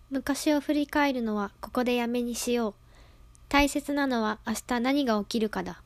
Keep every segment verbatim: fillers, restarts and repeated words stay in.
昔を振り返るのはここでやめにしよう。大切なのは明日何が起きるかだ。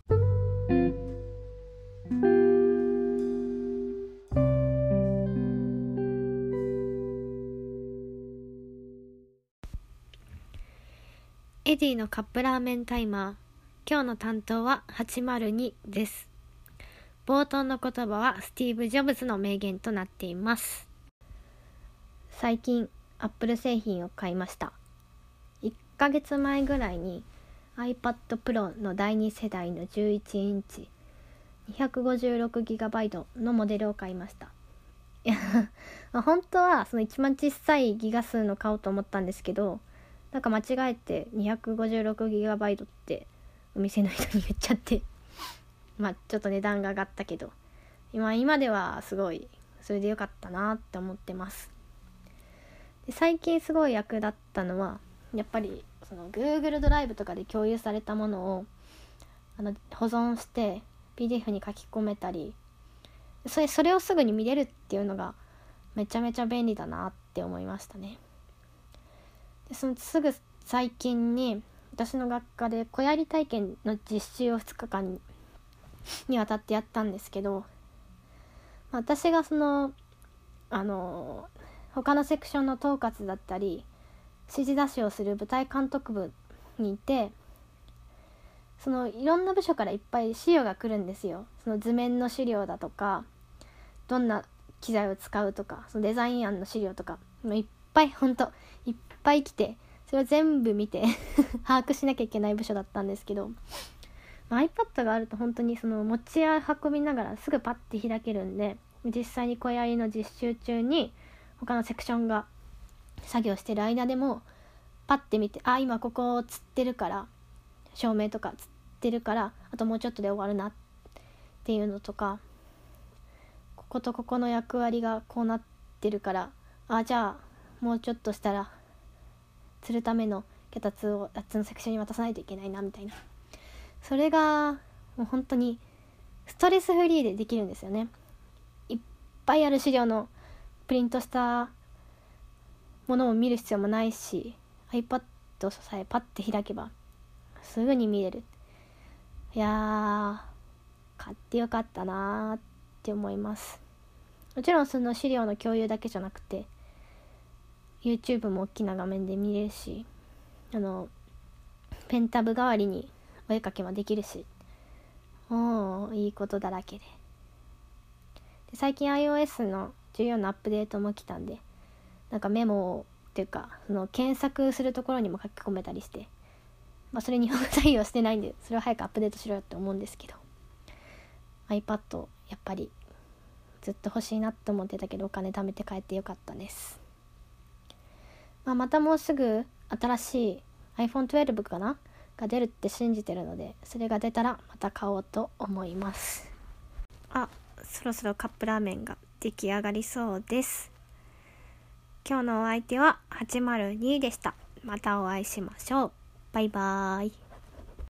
エディのカップラーメンタイマー。今日の担当ははちまるにです。冒頭の言葉はスティーブ・ジョブズの名言となっています。最近アップル製品を買いました。いっかげつまえぐらいに iPad Pro のだいに世代のじゅういちインチ にひゃくごじゅうろくギガバイト のモデルを買いました。いや本当はその一番小さいギガ数の買おうと思ったんですけど、なんか間違えて にひゃくごじゅうろくギガバイト ってお店の人に言っちゃってまあちょっと値段が上がったけど、今今ではすごいそれでよかったなって思ってます。で最近すごい役立ったのはやっぱりその Google ドライブとかで共有されたものをあの保存して ピーディーエフ に書き込めたり、それそれをすぐに見れるっていうのがめちゃめちゃ便利だなって思いましたね。でそのすぐ最近に私の学科で小やり体験の実習をふつかかんににわたってやったんですけど、私がそのあの他のセクションの統括だったり指示出しをする舞台監督部にいて、そのいろんな部署からいっぱい資料が来るんですよ。その図面の資料だとか、どんな機材を使うとか、そのデザイン案の資料とかもういっぱいほんといっぱい来て、それを全部見て把握しなきゃいけない部署だったんですけど、iPad があると本当にその持ち運びながらすぐパッて開けるんで、実際に小やりの実習中に他のセクションが作業してる間でもパッて見て、あ今ここ釣ってるから照明とか釣ってるからあともうちょっとで終わるなっていうのとか、こことここの役割がこうなってるから、あじゃあもうちょっとしたら釣るための脚立をあっちのセクションに渡さないといけないなみたいな、それがもう本当にストレスフリーでできるんですよね。いっぱいある資料のプリントしたものを見る必要もないし、 iPad さえパッて開けばすぐに見れる。いやー買ってよかったなーって思います。もちろんその資料の共有だけじゃなくて YouTube も大きな画面で見れるし、あのペンタブ代わりにお絵かきもできるし、おーいいことだらけで。で最近 iOS のじゅうよんのアップデートも来たんで、なんかメモっていうかその検索するところにも書き込めたりして、まあそれ日本語対応してないんでそれを早くアップデートしろよって思うんですけど、 iPad やっぱりずっと欲しいなって思ってたけどお金貯めて買えてよかったです。まあ、またもうすぐ新しい アイフォンじゅうに かなが出るって信じてるので、それが出たらまた買おうと思います。あ、そろそろカップラーメンが出来上がりそうです。今日のお相手ははちまるにでした。またお会いしましょう。バイバーイ。